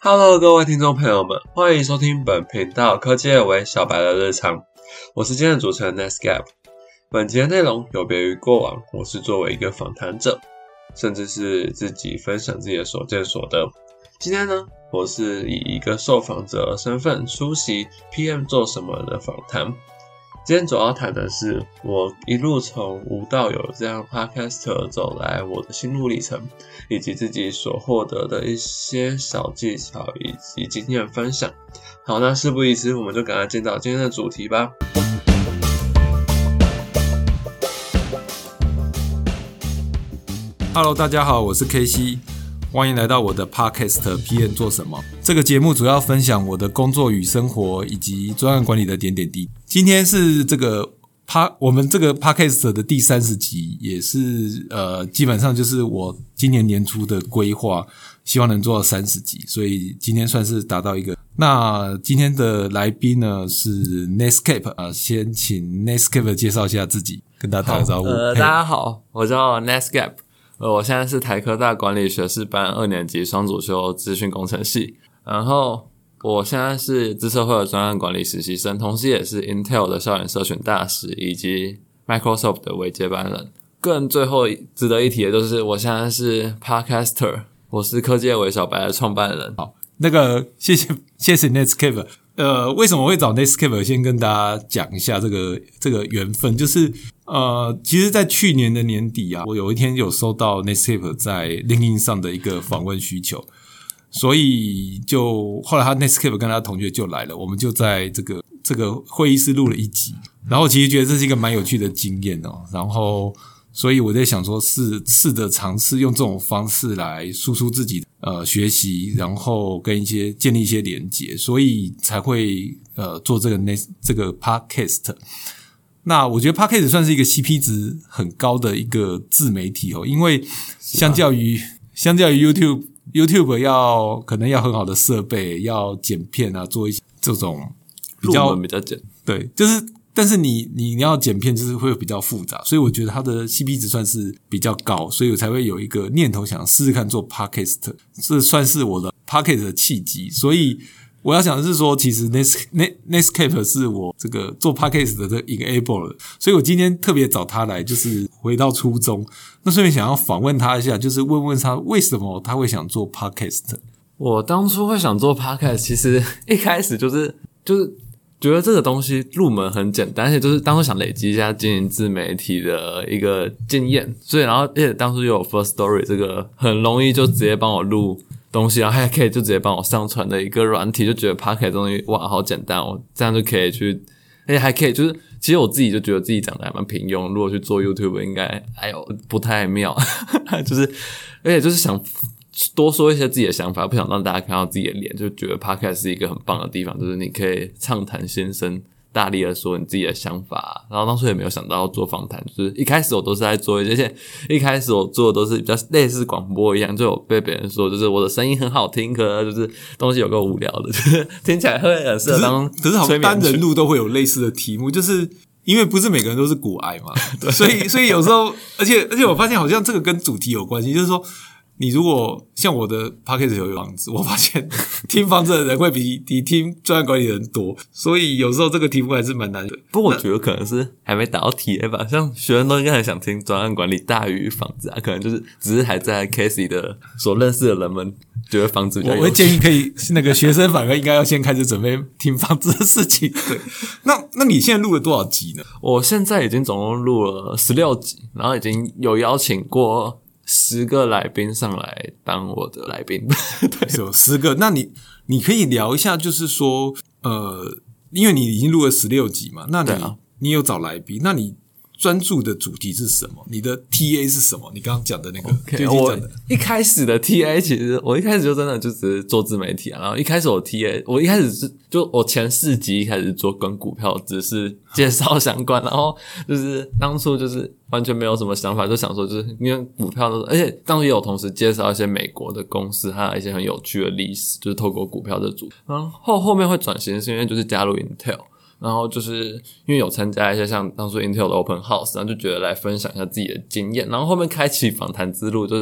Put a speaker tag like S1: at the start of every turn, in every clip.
S1: Hello， 各位听众朋友们，欢迎收听本频道科技为小白的日常。我是今天的主持人 Netscape。本集的内容有别于过往，我是作为一个访谈者，甚至是自己分享自己的所见所得。今天呢，我是以一个受访者的身份出席 PM 做什么的访谈。今天主要谈的是我一路从无到有这样 Podcaster 走来我的心路历程，以及自己所获得的一些小技巧以及经验分享。好，那事不宜迟，我们就赶快进到今天的主题吧。
S2: Hello， 大家好，我是 KC， 欢迎来到我的 Podcast PM 做什么。这个节目主要分享我的工作与生活以及专案管理的点点滴滴。今天是我们这个 Podcast 的第30集，也是基本上就是我今年年初的规划，希望能做到30集，所以今天算是达到一个。那今天的来宾呢是 Netscape， 先请 Netscape 介绍一下自己，跟大家打个招呼。
S3: 大家好，我叫 Netscape， 我现在是台科大管理学士班2年级双主修资讯工程系，然后我现在是资策会的专案管理实习生，同时也是 Intel 的校园社群大使以及 Microsoft 的微接班人。更最后值得一提的就是我现在是 Podcaster， 我是科技为小白的创办人。
S2: 好，谢谢 Netscape。为什么会找 Netscape？ 先跟大家讲一下这个缘分，就是其实在去年的年底啊，我有一天有收到 Netscape 在 LinkedIn 上的一个访问需求，所以就后来Netscape 跟他同学就来了，我们就在这个会议室录了一集，然后其实觉得这是一个蛮有趣的经验哦，然后所以我在想说试着尝试用这种方式来输出自己的学习，然后跟建立一些连结，所以才会做这个 podcast。那我觉得 podcast 算是一个 CP 值很高的一个自媒体哦，因为相较于 YouTube 可能要很好的设备，要剪片啊，做一些这种
S3: 入门比较简单，
S2: 对，就是但是你要剪片就是会比较复杂，所以我觉得它的 CP 值算是比较高，所以我才会有一个念头想试试看做 podcast， 这算是我的 podcast 的契机。所以我要讲的是说，其实 Netscape 是我这个做 podcast 的这个 enable， 所以我今天特别找他来，就是回到初衷。那顺便想要访问他一下，就是问问他为什么他会想做 podcast。
S3: 我当初会想做 podcast， 其实一开始就是觉得这个东西入门很简单，而且就是当初想累积一下经营自媒体的一个经验，所以然后而且当初又有 First Story 这个很容易就直接帮我录东西，然后还可以就直接帮我上传的一个软体，就觉得 Podcast 的东西哇好简单，我这样就可以去，而且还可以就是其实我自己就觉得自己讲的还蛮平庸，如果去做 YouTube 应该不太妙就是而且就是想多说一些自己的想法，不想让大家看到自己的脸，就觉得 Podcast 是一个很棒的地方，就是你可以畅谈心声，大力的说你自己的想法。然后当初也没有想到要做访谈，就是一开始我都是在做一些，一开始我做的都是比较类似广播一样，就有被别人说就是我的声音很好听，可就是东西有够无聊的，就是听起来会很适合当
S2: 可是好像单人录都会有类似的题目，就是因为不是每个人都是骨癌嘛，所以有时候，而且我发现好像这个跟主题有关系，就是说。你如果像我的 podcast 有房子，我发现听房子的人会比听专案管理的人多，所以有时候这个题目还是蛮难的。
S3: 不过我觉得可能是还没达到 TA 吧，像学生都应该很想听专案管理大于房子啊，可能就是只是还在 Casey 的所认识的人们觉得房子比较有趣。
S2: 我会建议可以那个学生反而应该要先开始准备听房子的事情。对，那你现在录了多少集呢？
S3: 我现在已经总共录了16集，然后已经有邀请过10个来宾上来当我的来宾。对，
S2: 有10个。那你可以聊一下，就是说因为你已经录了16集嘛，那你有找来宾，那你专注的主题是什么？你的 TA 是什么？你刚刚讲的那个
S3: okay， 我一开始的 TA 其实我一开始就真的就只是做自媒体啊，然后一开始我 TA 我一开始是就我前4集一开始做跟股票只是介绍相关，然后就是当初就是完全没有什么想法，就想说就是因为股票都是，而且当初也有同时介绍一些美国的公司还有一些很有趣的历史，就是透过股票的主题。然后后面会转型是因为就是加入 Intel，然后就是因为有参加一些像当初 Intel 的 Open House， 然后就觉得来分享一下自己的经验，然后后面开启访谈之路，就是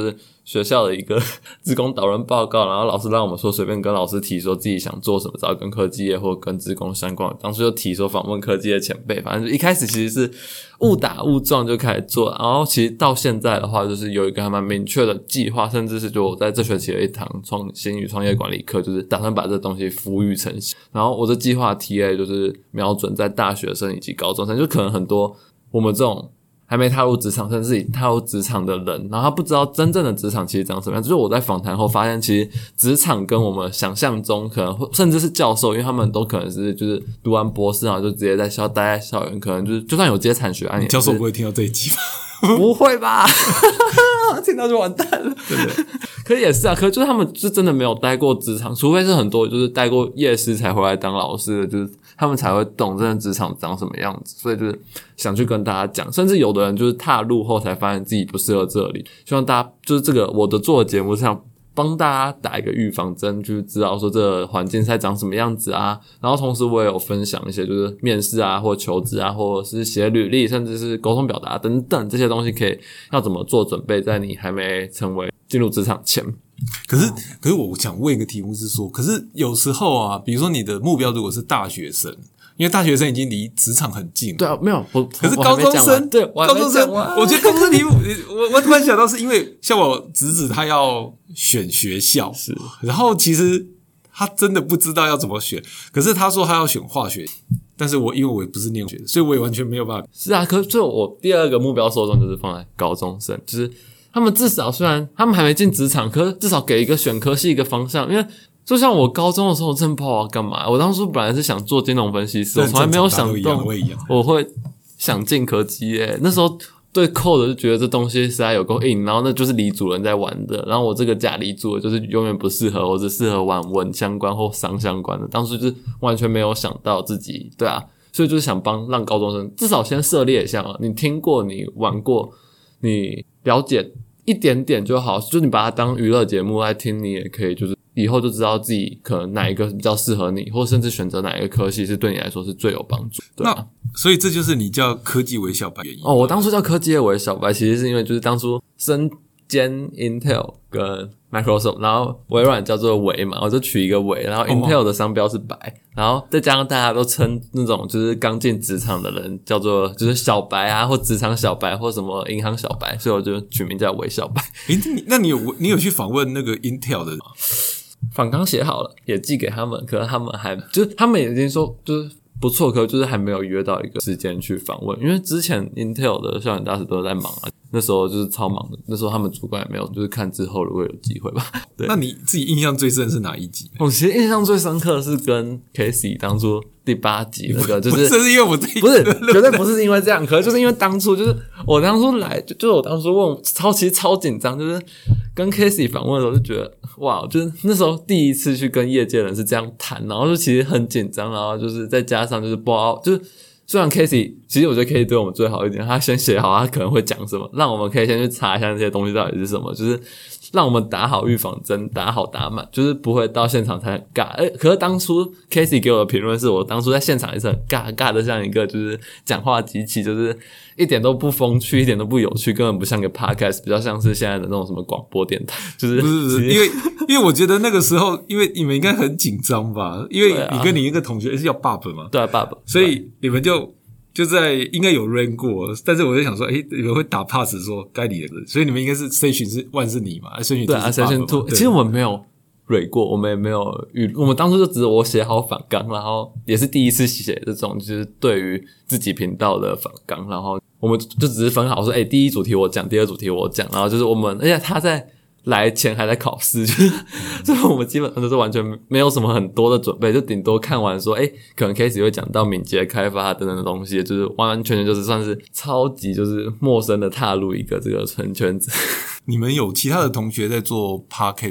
S3: 学校的一个职工导论报告，然后老师让我们说随便跟老师提说自己想做什么，只要跟科技业或跟职工相关的。当初就提说访问科技业前辈，反正就一开始其实是误打误撞就开始做，然后其实到现在的话，就是有一个还蛮明确的计划，甚至是就我在这学期的一堂创新与创业管理课，就是打算把这东西孵育成型。然后我这计划 TA 就是瞄准在大学生以及高中生，就可能很多我们这种还没踏入职场甚至已踏入职场的人，然后他不知道真正的职场其实长什么样。就是我在访谈后发现，其实职场跟我们想象中可能会甚至是教授，因为他们都可能是就是读完博士然后就直接在待在校园，可能就是就算有接产学案，
S2: 教授不会听到这一集吧？
S3: 不会吧？听到就完蛋了，对不对？可是也是啊，可是就是他们是真的没有待过职场，除非是很多就是待过夜师才回来当老师的，就是他们才会懂真的职场长什么样子。所以就是想去跟大家讲，甚至有的人就是踏入后才发现自己不适合这里。希望大家就是这个我的做的节目是想帮大家打一个预防针，就是知道说这个环境在长什么样子啊。然后同时我也有分享一些就是面试啊，或求职啊，或者是写履历，甚至是沟通表达等等这些东西，可以要怎么做准备，在你还没成为进入职场前。
S2: 可是我想问一个题目是说，可是有时候啊，比如说你的目标如果是大学生，因为大学生已经离职场很近了。
S3: 对啊，没有，
S2: 可是高中生，
S3: 对，
S2: 高中生，我觉得高中生题目，我突然想到是因为像我侄子他要选学校，
S3: 是，
S2: 然后其实他真的不知道要怎么选，可是他说他要选化学，但是因为我也不是念学的，所以我也完全没有办法。
S3: 是啊，可是我第二个目标受众就是放在高中生，就是他们至少虽然他们还没进职场，可是至少给一个选科系一个方向，因为就像我高中的时候，我真的不知道我要干嘛。我当初本来是想做金融分析师，我从来没有想动我会想进科技业。那时候对 code 就觉得这东西实在有够硬，然后那就是理组人在玩的，然后我这个假理组的就是永远不适合，我只适合玩文相关或商相关的。当时就是完全没有想到自己，对啊，所以就是想让高中生至少先涉猎一下嘛，你听过，你玩过，你了解一点点就好，就你把它当娱乐节目来听，你也可以就是以后就知道自己可能哪一个比较适合你，或甚至选择哪一个科系是对你来说是最有帮助。对啊，
S2: 那所以这就是你叫科技为小白原因。
S3: 我当初叫科技业为小白，其实是因为就是当初身兼 Intel 跟 Microsoft， 然后微软叫做微嘛，我就取一个微，然后 Intel 的商标是白，然后再加上大家都称那种就是刚进职场的人叫做就是小白啊，或职场小白，或什么银行小白，所以我就取名叫微小白。
S2: 那你有去访问那个 Intel 的吗？
S3: 访纲写好了，也寄给他们，可是他们就是他们已经说就是不错，可就是还没有约到一个时间去访问，因为之前 Intel 的校园大使都在忙啊，那时候就是超忙的，那时候他们主管也没有，就是看之后如果有机会吧。对，
S2: 那你自己印象最深的是哪一集？
S3: 我其实印象最深刻的是跟 Casey 当初第8集那个，就是
S2: 不是因为我不
S3: 是绝对不是因为这样，可是就是因为当初就是我当初来，就是我当初问其实超紧张，就是跟 Casey 访问的时候就觉得哇，就是那时候第一次去跟业界人士这样谈，然后就其实很紧张，然后就是再加上就是不知道就是。虽然 Casey 其实我觉得 Casey 对我们最好一点，他先写好他可能会讲什么，让我们可以先去查一下那些东西到底是什么，就是让我们打好预防针，打好打满，就是不会到现场才很尬。可是当初 Casey 给我的评论是我当初在现场也是很尬的像一个就是讲话机器，就是一点都不风趣，一点都不有趣，根本不像个 podcast， 比较像是现在的那种什么广播电台。就是
S2: 不是因为我觉得那个时候，因为你们应该很紧张吧？因为你跟你一个同学是叫爸爸嘛，
S3: 对啊，爸爸，
S2: 所以你们就在应该有 rank 过，但是我就想说，你们会打 pass 说该你的人，所以你们应该是 session 是1是你嘛，session 2
S3: 对啊，session 2，其实我们没有蕊过，我们也没有我们当初就只是我写好访纲，然后也是第一次写这种就是对于自己频道的访纲，然后我们就只是分好说，第一主题我讲，第二主题我讲，然后就是我们，而且他在来前还在考试，就是我们基本上都是完全没有什么很多的准备，就顶多看完说可能 Casey 会讲到敏捷开发等等的东西，就是完完全全就是算是超级就是陌生的踏入一个这个圈子。
S2: 你们有其他的同学在做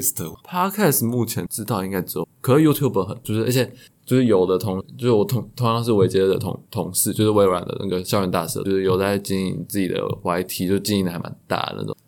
S2: podcast
S3: 目前知道应该只有，可是 YouTube 很就是而且就是有的就是我同样是维杰的同事，就是微软的那个校园大使，就是有在经营自己的 YT， 就经营的还蛮大的那种。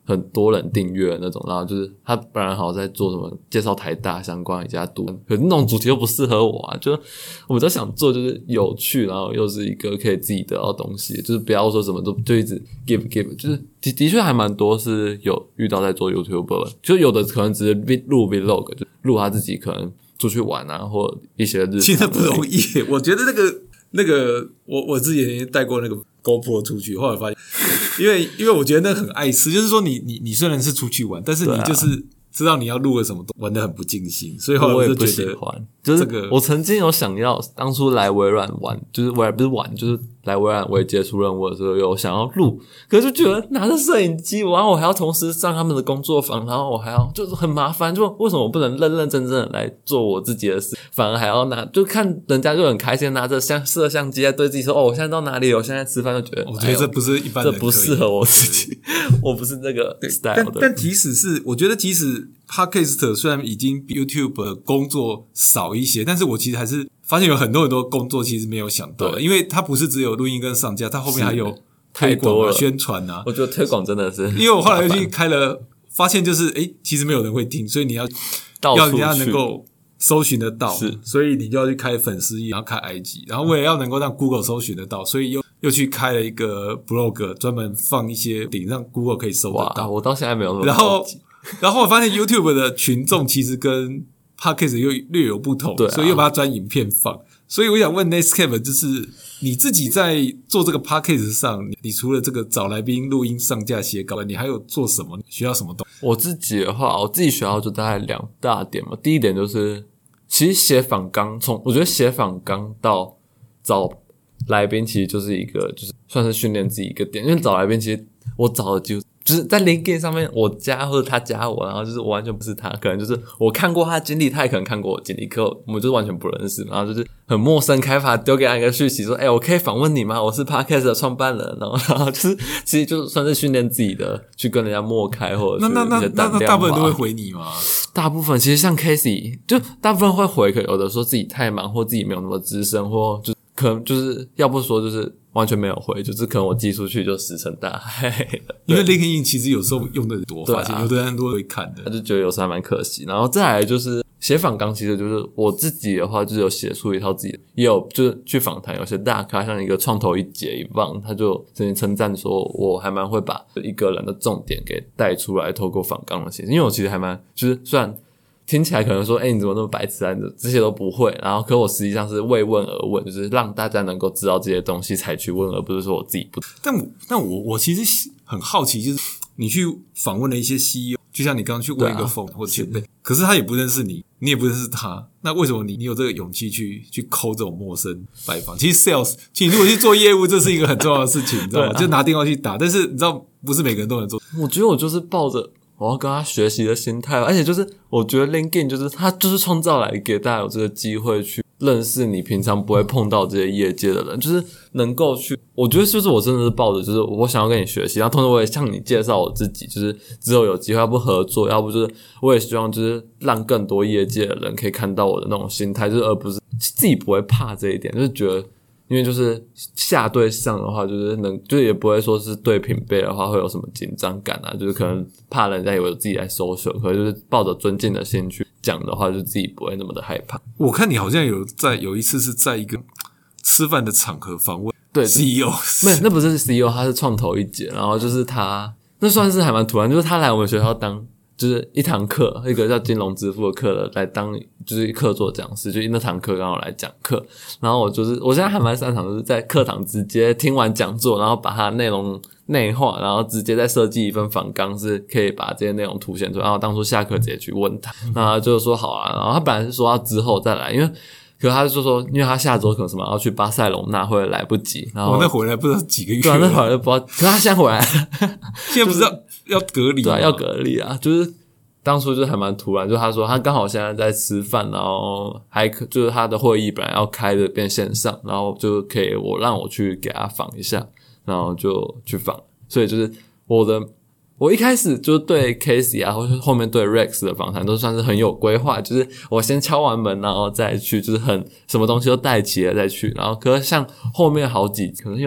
S3: 很多人订阅的那种，然后就是他本来好像在做什么介绍台大相关一家读，可是那种主题又不适合我啊，就我都想做就是有趣，然后又是一个可以自己得到东西，就是不要说什么都就一直 give， 就是的确还蛮多是有遇到在做 YouTuber， 就有的可能只是录 Vlog， 就录他自己可能出去玩啊，或一些日常。
S2: 其实不容易，我觉得那个我之前也带过那个 GoPro 出去，后来发现，因为我觉得那很碍事，就是说你虽然是出去玩，但是你就是知道你要录了什么，玩得很不尽兴，所以后来我就觉得
S3: 我也不喜欢。就是我曾经有想要当初来微软玩，就是不是玩，就是来微软为接触任务的时候有想要录，可是就觉得拿着摄影机，然后我还要同时上他们的工作坊，然后我还要就是很麻烦，就为什么我不能认认真真的来做我自己的事，反而还要就看人家就很开心拿着摄像机在对自己说，哦，我现在到哪里，我现在吃饭，就觉得
S2: 我觉得这不是一般人，
S3: 这不适合我自己，我不是那个 style 的。
S2: 但我觉得即使 Podcast 虽然已经比 YouTube 的工作少一些，但是我其实还是发现有很多工作其实没有想到的，因为它不是只有录音跟上架，它后面还有推广啊、宣传啊。
S3: 我觉得推广真的是，
S2: 因为我后来又去开了，发现就是其实没有人会听，所以你要人家能够搜寻得到，所以你就要去开粉丝页，然后开 IG， 然后为了要能够让 Google 搜寻得到，所以又去开了一个 blog， 专门放一些顶让 Google 可以搜得到。
S3: 我到现在没有那么
S2: 然后我发现 YouTube 的群众其实跟 Podcast 又略有不同，所以又把它转影片放。所以我想问 Netscape， 就是你自己在做这个 Podcast 上，你除了这个找来宾录音上架写稿，你还有做什么？需要什么东西？
S3: 我自己的话，我自己学到就大概2大点嘛。第一点就是，其实写访纲，我觉得写访纲到找来宾，其实就是一个就是算是训练自己一个点，因为找来宾其实我找的就是在 LinkedIn 上面我加或者他加我，然后就是我完全不是他，可能就是我看过他的经历，他也可能看过我的经历，可我们就是完全不认识，然后就是很陌生开发丢给他一个讯息说我可以访问你吗？我是 Podcast 的创办人，然后就是其实就算是训练自己的去跟人家默开或者是一些胆量。
S2: 那大部分都会回你吗？
S3: 大部分其实像 Casey 就大部分会回，可有的说自己太忙或自己没有那么资深，或就可能就是要不说就是完全没有回，就是可能我寄出去就石沉大海。
S2: 因为 LinkedIn 其实有时候用的多，发现有的人都会看的，
S3: 他就觉得有时候还蛮可惜。然后再来就是写访纲，其实就是我自己的话，就是有写出一套自己的，也有就是去访谈有些大咖，像一个创投一姐一棒，他就曾经称赞说，我还蛮会把一个人的重点给带出来，透过访纲的写，因为我其实还蛮就是虽然听起来可能说你怎么那么白痴啊，这些都不会，然后可我实际上是为问而问，就是让大家能够知道这些东西才去问，而不是说我自己不。
S2: 但我其实很好奇，就是你去访问了一些 CEO， 就像你刚刚去问一个phone或前辈，可是他也不认识你，你也不认识他，那为什么你有这个勇气去抠这种陌生拜访？其实 sales， 其实如果去做业务，这是一个很重要的事情，你知道吗？就拿电话去打，但是你知道不是每个人都能做。
S3: 我觉得我就是抱着我要跟他学习的心态，而且就是我觉得 LinkedIn 就是他就是创造来给大家有这个机会去认识你平常不会碰到这些业界的人，就是能够去，我觉得就是我真的是抱着就是我想要跟你学习，然后同时我也向你介绍我自己，就是之后有机会要不合作，要不就是我也希望就是让更多业界的人可以看到我的那种心态，就是而不是自己不会怕这一点，就是觉得因为就是下对上的话，就是就是也不会说是对平辈的话会有什么紧张感啊，就是可能怕人家以为自己在social，可是就是抱着尊敬的心去讲的话，就自己不会那么的害怕。
S2: 我看你好像有一次是在一个吃饭的场合访问
S3: 对
S2: CEO，
S3: 没有，那不是 CEO， 他是创投一姐，然后就是他那算是还蛮突然，就是他来我们学校当就是一堂课，一个叫金融支付的课的来当就是客座讲师，就那堂课刚好来讲课，然后我现在还蛮擅长，就是在课堂直接听完讲座，然后把它内容内化，然后直接再设计一份访纲，是可以把这些内容凸显出来，然后当初下课直接去问他，然后他就说好啊，然后他本来是说要之后再来，可是他就说，因为他下周可能什么要去巴塞隆纳，会来不及。然后
S2: 那回来不知道几个月。
S3: 对啊，那回来不知道。可是他现在回来了，
S2: 现在不是要隔离吗？
S3: 对啊，要隔离啊。就是当初就还蛮突然，就他说他刚好现在在吃饭，然后就是他的会议本来要开的变线上，然后就可以让我去给他访一下，然后就去访。所以就是我一开始就对 Casey 啊，或是后面对 Rex 的访谈都算是很有规划，就是我先敲完门，然后再去，就是什么东西都带齐了再去。然后可是像后面好几可能有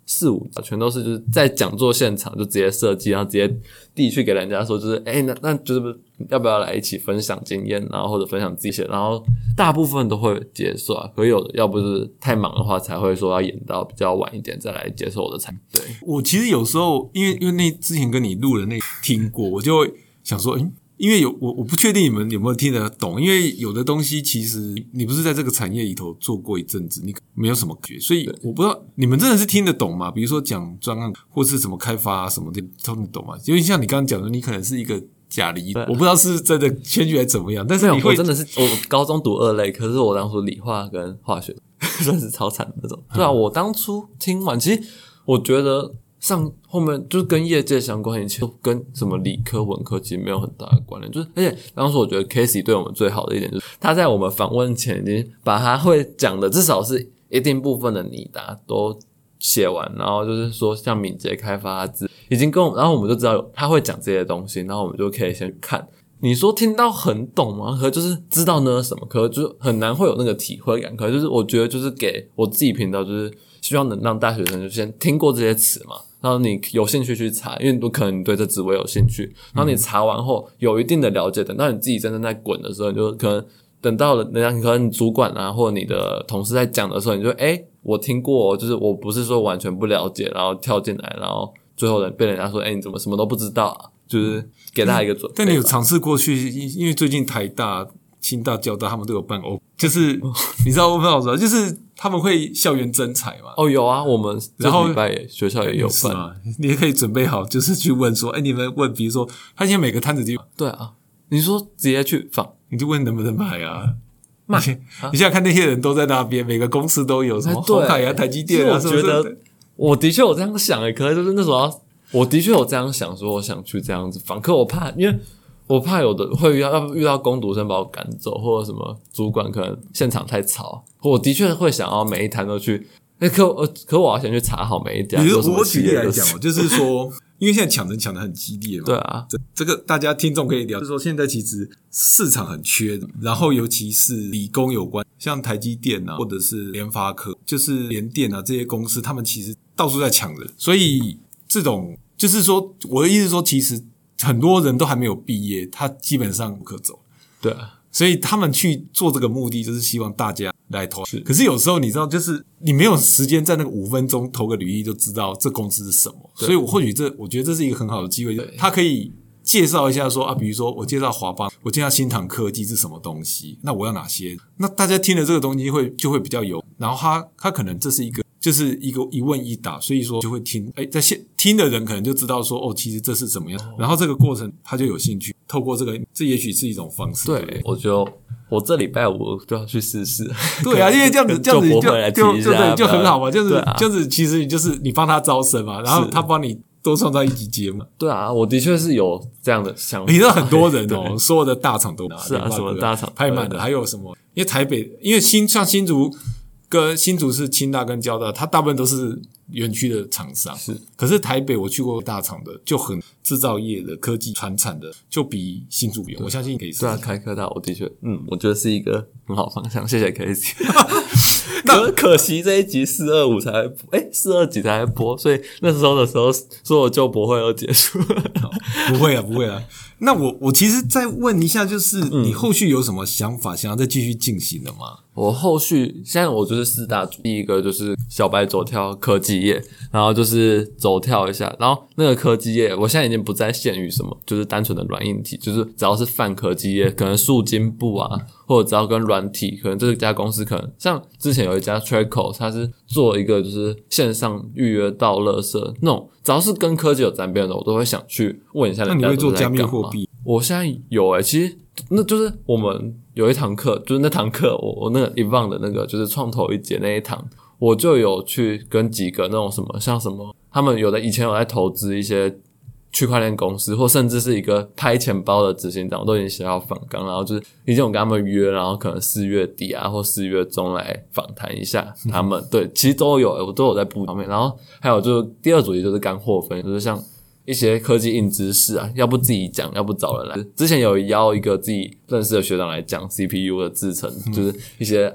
S3: 4-5家，全都是就是在讲座现场就直接设计，然后直接递去给人家说，就是那就是要不要来一起分享经验，然后或者分享自己写，然后大部分都会接受啊，可有的要不是太忙的话，才会说要演到比较晚一点再来接受我的参与。对，
S2: 我其实有时候因为那之前跟你录的那听过，我就会想说，因为我不确定你们有没有听得懂，因为有的东西其实你不是在这个产业里头做过一阵子，你没有什么感觉，所以我不知道你们真的是听得懂吗？比如说讲专案或是什么开发什么的，听得懂吗？因为像你刚刚讲的，你可能是一个假离，我不知道是真的谦虚还是怎么样，但是你会
S3: 我真的是我高中读2类，可是我当初理化跟化学算是超惨的那种。对啊，我当初听完，其实我觉得上后面就是跟业界相关，以前跟什么理科文科其实没有很大的关联，就是而且当时我觉得 Casey 对我们最好的一点就是他在我们访问前已经把他会讲的至少是一定部分的拟答都写完，然后就是说像敏捷开发字已经跟我们，然后我们就知道他会讲这些东西，然后我们就可以先看。你说听到很懂吗？可就是知道那是什么，可就是很难会有那个体会感。可就是我觉得就是给我自己频道，就是希望能让大学生就先听过这些词嘛，然后你有兴趣去查，因为可能你对这职位有兴趣，然后你查完后有一定的了解，等到你自己真正在滚的时候，你就可能等到了人家可能你主管啊或者你的同事在讲的时候，你就我听过，就是我不是说完全不了解，然后跳进来，然后最后被人家说你怎么什么都不知道啊，就是给大家一个准备。
S2: 但你有尝试过去，因为最近台大、清大、交大他们都有办就是你知道Open House 就是他们会校园征才嘛？
S3: 有啊，我们这礼拜学校也有办
S2: 嘛，你也可以准备好，就是去问说，你们问，比如说他现在每个摊子就
S3: 对啊，你说直接去访，
S2: 你就问能不能买啊？你现在看那些人都在那边，每个公司都有什么鸿海啊、台积电啊，
S3: 我觉得我的确有这样想可是就是那时候我的确有这样想，说我想去这样子访，可我怕，因为我怕有的会遇到工读生把我赶走，或者什么主管可能现场太吵，我的确会想要每一摊都去。可我要先去查好每一家。
S2: 我举例来讲就是说，因为现在抢人抢得很激烈嘛，
S3: 对啊，
S2: 这个大家听众可以了解，就是说现在其实市场很缺的，然后尤其是理工有关，像台积电啊，或者是联发科，就是联电啊这些公司，他们其实到处在抢人，所以这种就是说，我的意思是说，其实很多人都还没有毕业，他基本上不可走，
S3: 对啊。
S2: 所以他们去做这个目的，就是希望大家来投。可是有时候你知道，就是你没有时间在那个5分钟投个履历就知道这公司是什么。所以或许我觉得这是一个很好的机会，他可以介绍一下说比如说我介绍华邦，我介绍新唐科技是什么东西，那我要哪些？那大家听了这个东西就会比较有，然后他可能这是一个。就是一个一问一答，所以说就会听，在听的人可能就知道说，其实这是怎么样，然后这个过程他就有兴趣，透过这也许是一种方式。
S3: 对，我这礼拜五就要去试试。
S2: 对啊，因为这样子
S3: 就
S2: 很好嘛，这样子其实就是你帮他招生嘛，然后他帮你多创造一集节目。
S3: 对啊，我的确是有这样的想法。
S2: 你知道很多人所有的大厂都
S3: 是啊，什么大厂
S2: 拍满的，还有什么？因为台北，因为像新竹是清大跟交大，它大部分都是园区的厂商。是，可是台北我去过大厂的，就很制造业的、科技传产的，就比新竹有。我相信可以。
S3: 对啊，开科大，我的确，我觉得是一个很好方向。谢谢 Casey。可惜这一集425才播，420集才播，所以那时候说我就不会有结束。
S2: 不会啊。那我其实再问一下，就是你后续有什么想法，想要再继续进行的吗？
S3: 我后续现在我就是4大组，第一个就是小白走跳科技业，然后就是走跳一下，然后那个科技业我现在已经不再限于什么，就是单纯的软硬体，就是只要是泛科技业，可能数金部啊，或者只要跟软体，可能这家公司可能像之前有一家 Traco， 它是做一个就是线上预约到垃圾那种，只要是跟科技有沾边的，我都会想去问一下人家。
S2: 那你会做加密货币？
S3: 我现在有其实那就是我们有一堂课，就是那堂课我那个 Event 的那个就是创投一节那一堂，我就有去跟几个那种什么像什么，他们以前有在投资一些区块链公司，或甚至是一个拍钱包的执行长，我都已经写好访纲，然后就是已经有跟他们约，然后可能4月底啊或4月中来访谈一下他们。对，其实都有，我都有在布方面。然后还有就是第二主题就是干货分，就是像一些科技硬知识啊，要不自己讲，要不找人来。之前有邀一个自己认识的学长来讲 CPU 的制程，就是一些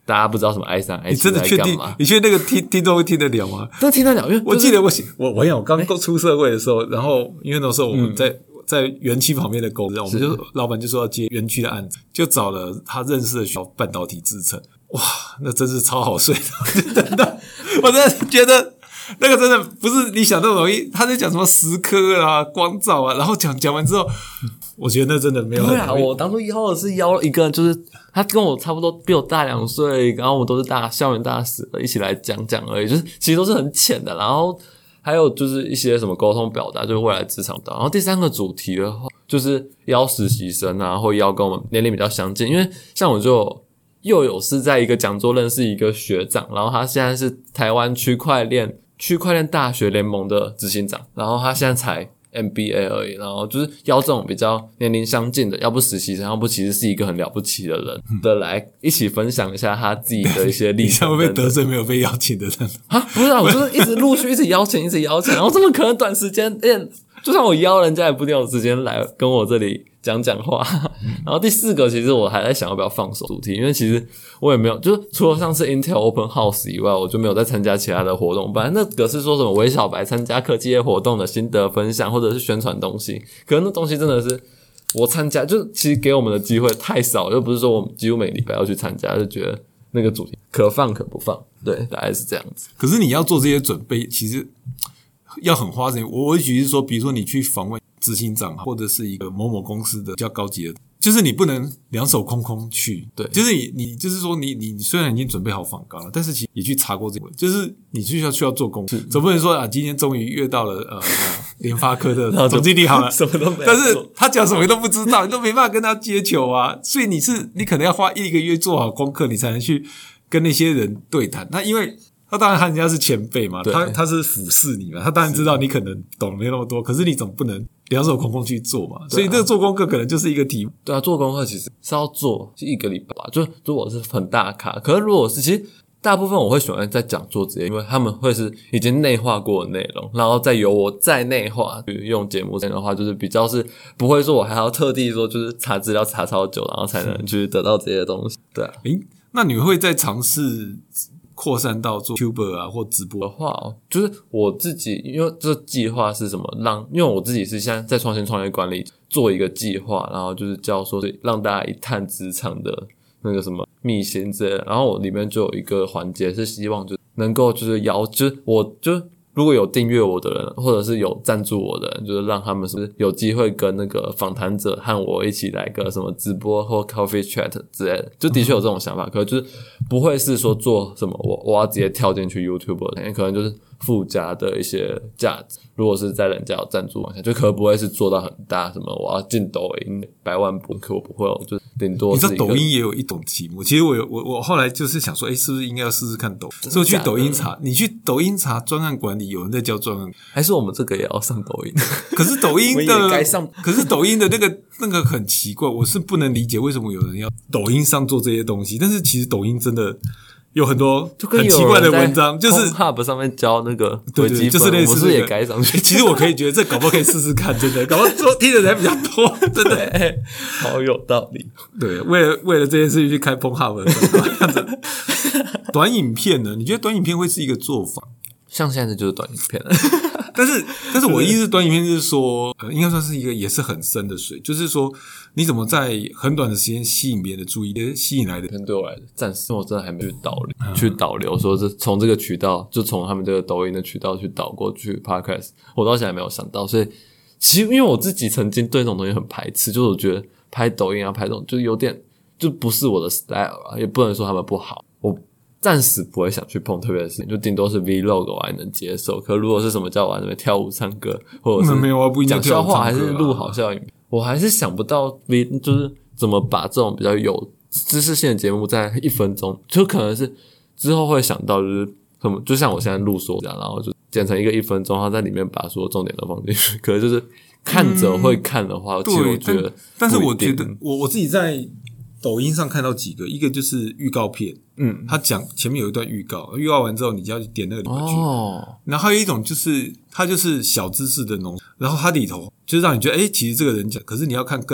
S3: 大家不知道什么 i3、i7
S2: 你真的确定？你确定那个听众会听得了吗？
S3: 那听得了，因为、
S2: 我记得我刚出社会的时候，然后因为那时候我们在园区旁边的公司，我们就老板就说要接园区的案子，就找了他认识的学校半导体制程，哇，那真是超好睡的，就等到我真的觉得那个真的不是你想那么容易。他在讲什么蚀刻啊、光照啊，然后讲完之后，我觉得那真的没有很容易。
S3: 对啊，我当初邀的是邀一个，就是他跟我差不多比我大2岁，然后我们都是校园大使的，一起来讲而已，就是其实都是很浅的，然后还有就是一些什么沟通表达，就是未来职场的。然后第3个主题的话，就是邀实习生啊，或邀跟我们年龄比较相近，因为像我就又有是在一个讲座认识一个学长，然后他现在是台湾区块链大学联盟的执行长，然后他现在才MBA 而已，然后就是邀这种比较年龄相近的，要不实习生，要不其实是一个很了不起的人的来一起分享一下他自己的一些历程。
S2: 你会不会得罪没有被邀请的人
S3: 啊？不是啊，我就是一直陆续一直邀请，然后怎么可能短时间？就算我邀人家也不一定有时间来跟我这里讲话。然后第4个，其实我还在想要不要放手主题，因为其实我也没有，就是除了上次 Intel Open House 以外，我就没有再参加其他的活动。本来那个是说什么微小白参加科技业活动的心得分享，或者是宣传东西，可是那东西真的是我参加，就是其实给我们的机会太少，又不是说我们几乎每个礼拜要去参加，就觉得那个主题可放可不放，对，大概是这样子。
S2: 可是你要做这些准备，其实要很花时间。我举例说，比如说你去访问执行长，或者是一个某某公司的比较高级的，就是你不能两手空空去。
S3: 对，
S2: 就是你就是说你虽然已经准备好访纲了，但是其实也去查过这个，就是你需要做功课，总不能说啊，今天终于约到了联发科的总经理好了，
S3: 什么都没有，
S2: 但是他讲什么都不知道，你都没办法跟他接球啊。所以你可能要花1个月做好功课，你才能去跟那些人对谈。那因为他当然人家是前辈嘛，他是俯视你嘛，他当然知道你可能懂没那么多，可是你总不能两手空空去做嘛，所以这个做功课可能就是一个题目。
S3: 对啊，做功课其实是要做1个礼拜吧，就如果是很大卡，可是如果是其实大部分我会喜欢在讲座直接，因为他们会是已经内化过的内容，然后再由我再内化，用节目的话就是比较是不会说我还要特地说就是查资料查超久，然后才能去得到这些东西。对啊，
S2: 那你会再尝试扩散到做 YouTuber 啊或直播
S3: 的话，就是我自己，因为这计划是什么因为我自己是现在在创新创业管理做一个计划，然后就是叫说是让大家一探职场的那个什么秘辛之类的，然后我里面就有一个环节是希望就能够就是就是我就如果有订阅我的人，或者是有赞助我的人，就是让他们是有机会跟那个访谈者和我一起来个什么直播或 coffee chat 之类的，就的确有这种想法，可是就是不会是说做什么我要直接跳进去 YouTube 的，可能就是附加的一些价值。如果是在人家有赞助往下，就可能不会是做到很大，什么我要进抖音100万播，可我不会，就顶多是一个。
S2: 你知道抖音也有一种题目，其实我后来就是想说，是不是应该要试试看抖音？所以我去抖音查，你去抖音查专案管理，有人在教专案，
S3: 还是我们这个也要上抖音？
S2: 可是抖音的
S3: 我也该上，
S2: 可是抖音的那个很奇怪，我是不能理解为什么有人要抖音上做这些东西，但是其实抖音真的有很多很奇怪的文章，就是
S3: Hub 上面教那个
S2: 对对，就是类似、
S3: 我是也改上去。
S2: 其实我可以觉得这搞不好可以试试看，真的，搞不好听的人比较多，真的，
S3: 好有道理。
S2: 对，为了这件事情去开 Hub 的短影片呢？你觉得短影片会是一个做法？
S3: 像现在就是短影片了。
S2: 但是我意思短影片就是说，应该算是一个也是很深的水，就是说你怎么在很短的时间吸引别人的注意力，吸引来的。
S3: 对我来的暂时我真的还没去导流，说是从这个渠道，就从他们这个抖音的渠道去导过去 Podcast， 我到现在还没有想到。所以其实因为我自己曾经对这种东西很排斥，就是我觉得拍抖音啊拍这种就有点就不是我的 style 啊，也不能说他们不好，我暂时不会想去碰特别的事情，就顶多是 Vlog 我还能接受。可如果是什么叫我在那边跳舞唱歌，或者是讲笑话，还是录好笑影片，我还是想不到就是怎么把这种比较有知识性的节目在1分钟，就可能是之后会想到就是什么，就像我现在录说这样，然后就剪成一个1分钟，然后在里面把所有重点都放进去。可是就是看者会看的话，其实我觉得，
S2: 但是我觉得我自己在抖音上看到几个，一个就是预告片，他讲前面有一段预告完之后，你就要去点那个里面去。然后还有一种就是它就是小知识的浓，然后它里头就是让你觉得其实这个人讲，可是你要看更多，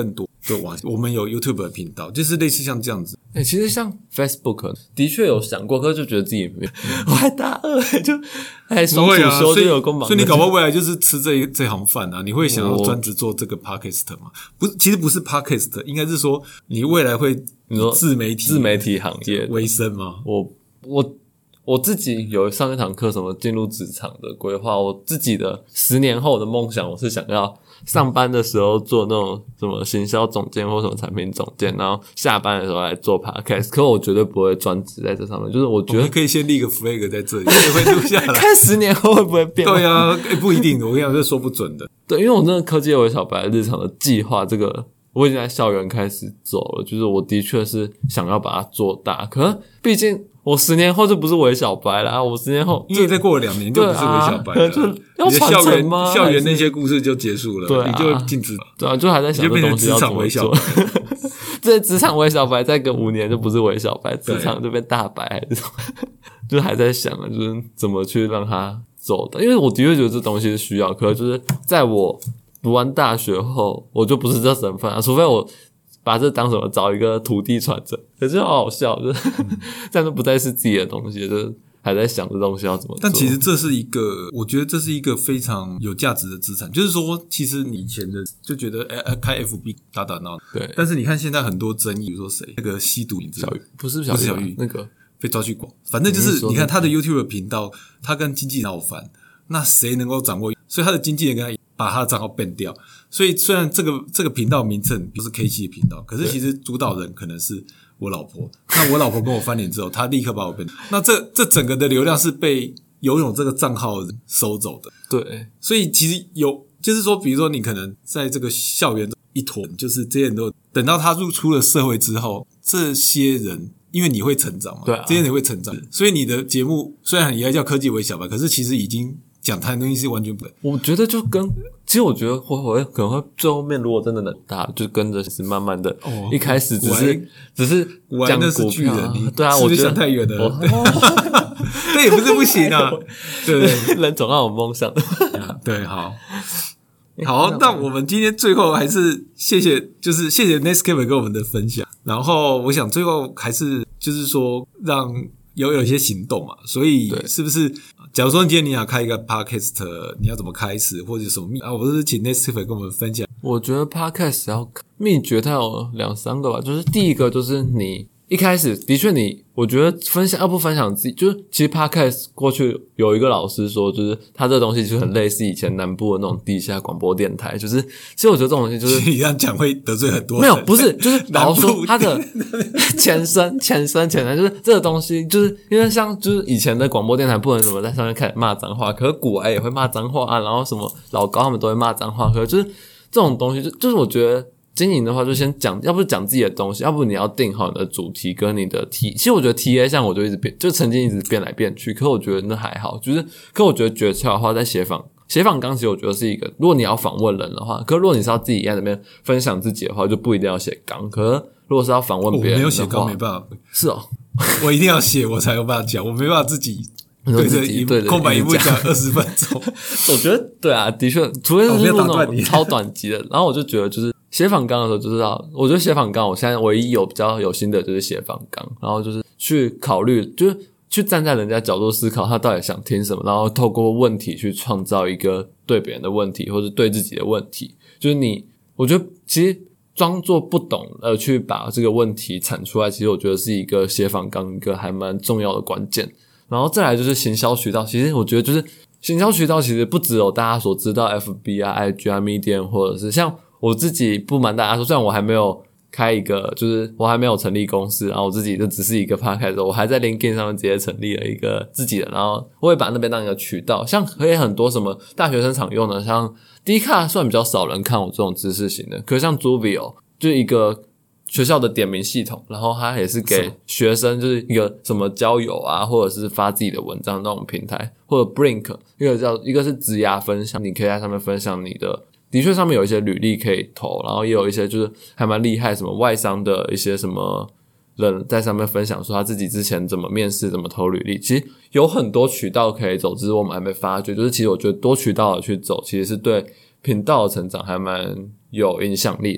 S2: 就我们有 YouTube 的频道，就是类似像这样子。
S3: 其实像 Facebook 的确有想过，可是就觉得自己没有，我还大二就还双主修就有够忙，
S2: 所以你搞不好未来就是吃这行饭啊？你会想要专职做这个 Podcast 吗？不是，其实不是 Podcast， 应该是说你未来会自媒体
S3: 行业
S2: 为生吗？
S3: 我自己有上一堂课，什么进入职场的规划。我自己的10年后的梦想，我是想要上班的时候做那种什么行销总监或什么产品总监，然后下班的时候来做 podcast。可我绝对不会专职在这上面，就是我觉得
S2: 可以先立个 flag 在这里，也会录下来，
S3: 看10年后会不会变。
S2: 对啊，不一定的，我跟你讲，这说不准的。
S3: 对，因为我真的科技为小白日常的计划，这个我已经在校园开始走了，就是我的确是想要把它做大，可是毕竟我10年后就不是伪小白啦，我10年后
S2: 因为再过了2年就不是伪小白了，
S3: 就要传承吗？
S2: 校园那些故事就结束了，
S3: 对啊，
S2: 你就禁止，
S3: 对啊，就还在想这东西要怎么做。这职场伪小白再隔5年就不是伪小白，职场就变大白还是什么，就还在想就是怎么去让它走的，因为我的确觉得这东西是需要，可是就是在我读完大学后，我就不是这身份啊，除非我把这当什么找一个土地传承，可是好好笑，就是这样就不再是自己的东西，就是还在想这东西要怎么做。
S2: 但其实这是一个，我觉得这是一个非常有价值的资产，就是说，其实你以前的就觉得开 FB 打打闹，
S3: 对，
S2: 但是你看现在很多争议，比如说谁那个吸毒，小玉
S3: 不是小玉那个
S2: 被抓去关，反正就是你看他的 YouTube 频道，他跟经纪人闹翻，那谁能够掌握？所以他的经纪人跟他把他的账号 ban 掉。所以虽然这个频道名称不是 K7 的频道，可是其实主导人可能是我老婆。那我老婆跟我翻脸之后，她立刻把我 ban。那这整个的流量是被游泳这个账号收走的。
S3: 对，
S2: 所以其实就是说，比如说你可能在这个校园一坨，就是这些人都等到他出了社会之后，这些人因为你会成长嘛，
S3: 对啊，
S2: 这些人会成长，所以你的节目虽然也叫科技为小白，可是其实已经讲谈的东西是完全不。
S3: 我觉得就跟，其实我觉得我可能会最后面如果真的能大，就跟着是慢慢的，一开始只是讲股票，对啊，我觉得
S2: 想太远了，这也不是不行啊，对对，
S3: 人总要有梦想的，
S2: 对，好。好，那我们今天最后还是谢谢 Netscape 跟我们的分享。然后我想最后还是就是说让有一些行动嘛，所以是不是？假如说今天你想开一个 podcast， 你要怎么开始，或者什么我是请 Netscape 跟我们分享。
S3: 我觉得 podcast 要秘诀，它有2-3个吧。就是第一个就是你一开始的确我觉得要不分享自己，就是其实 podcast 过去有一个老师说，就是他这个东西就很类似以前南部的那种地下广播电台，就是其实我觉得这种东西就是
S2: 你这样讲会得罪很多人，
S3: 没有，不是，就是老实说它的前身就是这个东西，就是因为像就是以前的广播电台不能什么在上面开始骂脏话，可是古埃也会骂脏话啊，然后什么老高他们都会骂脏话，可是就是这种东西就是我觉得经营的话就先讲，要不讲自己的东西，要不你要定好你的主题跟你的其实我觉得 TA 像我就一直变，就曾经一直变来变去，可我觉得那还好，就是可我觉得诀窍的话在写访纲其实我觉得是一个，如果你要访问人的话，可是如果你是要自己在那边分享自己的话，就不一定要写纲，可是如果是要访问别人的话，
S2: 我没有写纲没办法，
S3: 是哦，
S2: 我一定要写我才有办法讲，我没办法自己对着空白荧幕讲20分钟。
S3: 我觉得对啊，的确，除非是录那种超短集的，然后我就觉得就是写访纲的时候就知道，我觉得写访纲我现在唯一比较有心的就是写访纲，然后就是去考虑，就是去站在人家角度思考他到底想听什么，然后透过问题去创造一个对别人的问题或者对自己的问题，就是我觉得其实装作不懂去把这个问题产出来，其实我觉得是一个写访纲一个还蛮重要的关键。然后再来就是行销渠道，其实我觉得就是行销渠道其实不只有大家所知道 FB 啊 IG 啊 Medium， 或者是像我自己不瞒大家说，虽然我还没有开一个，就是我还没有成立公司，然后我自己就只是一个 podcast， 我还在 LinkedIn 上面直接成立了一个自己的，然后我也把那边当一个渠道，像可以很多什么大学生常用的，像 Dcard 算比较少人看我这种知识型的，可是像 Juvio 就一个学校的点名系统，然后它也是给学生就是一个什么交友啊，或者是发自己的文章那种平台，或者 Brink 一个是职涯分享，你可以在上面分享你的确上面有一些履历可以投，然后也有一些就是还蛮厉害什么外商的一些什么人在上面分享说他自己之前怎么面试怎么投履历，其实有很多渠道可以走，只是我们还没发觉，就是其实我觉得多渠道的去走其实是对频道的成长还蛮有影响力的。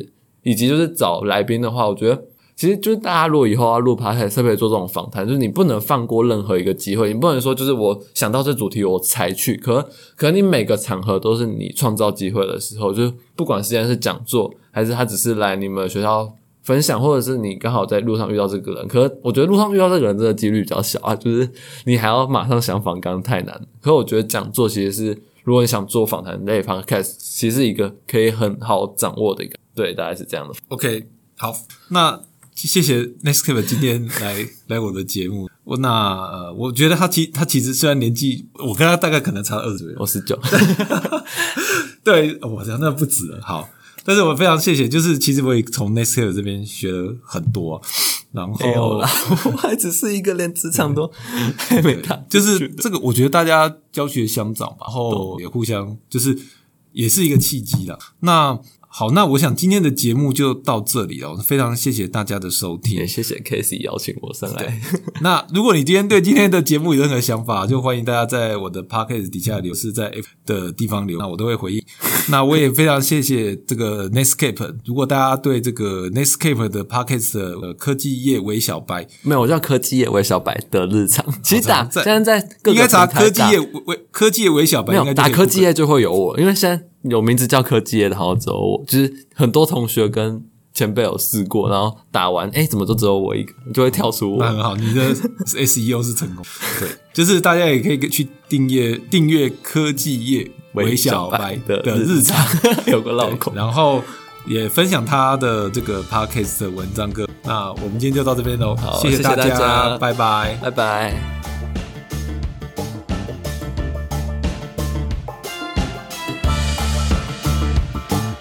S3: 以及就是找来宾的话，我觉得其实就是大家如果以后要录 podcast 特别做这种访谈，就是你不能放过任何一个机会，你不能说就是我想到这主题我才去，可能你每个场合都是你创造机会的时候，就是不管现在是讲座还是他只是来你们学校分享，或者是你刚好在路上遇到这个人，可是我觉得路上遇到这个人真的几率比较小啊，就是你还要马上想访纲太难。可是我觉得讲座其实是如果你想做访谈类 podcast 其实是一个可以很好掌握的一个，对，大概是这样的。
S2: OK， 好，那谢谢 Netscape 今天来我的节目。我觉得他其实虽然年纪我跟他大概可能差20岁，
S3: 我19
S2: 对，我想那不止了。好，但是我非常谢谢，就是其实我也从 Netscape 这边学了很多，然后
S3: 没有啦，我还只是一个连职场都还没看，
S2: 就是这个我觉得大家教学相长吧，然后也互相就是也是一个契机啦。那好，那我想今天的节目就到这里了，非常谢谢大家的收听，
S3: 也谢谢 Casey 邀请我上来。
S2: 那如果你今天对今天的节目有任何想法，就欢迎大家在我的 podcast 底下留，是在 F 的地方留，那我都会回应。那我也非常谢谢这个 Netscape， 如果大家对这个 Netscape 的 podcast 的科技业为小白，
S3: 没有，我叫科技业为小白的日常。其实打现在在各个
S2: 应该查
S3: 科
S2: 技业为小白，
S3: 没有打科技业就会有我，因为现在有名字叫科技业的好像只有我，就是很多同学跟前辈有试过，然后打完怎么就只有我一个，就会跳出我。
S2: 那很好，你的 SEO 是成功。对，就是大家也可以去订阅科技业为小白的日常，
S3: 有个绕口，
S2: 然后也分享他的这个 podcast 的文章歌。那我们今天就到这边喽，谢谢大家，拜拜，
S3: 拜拜。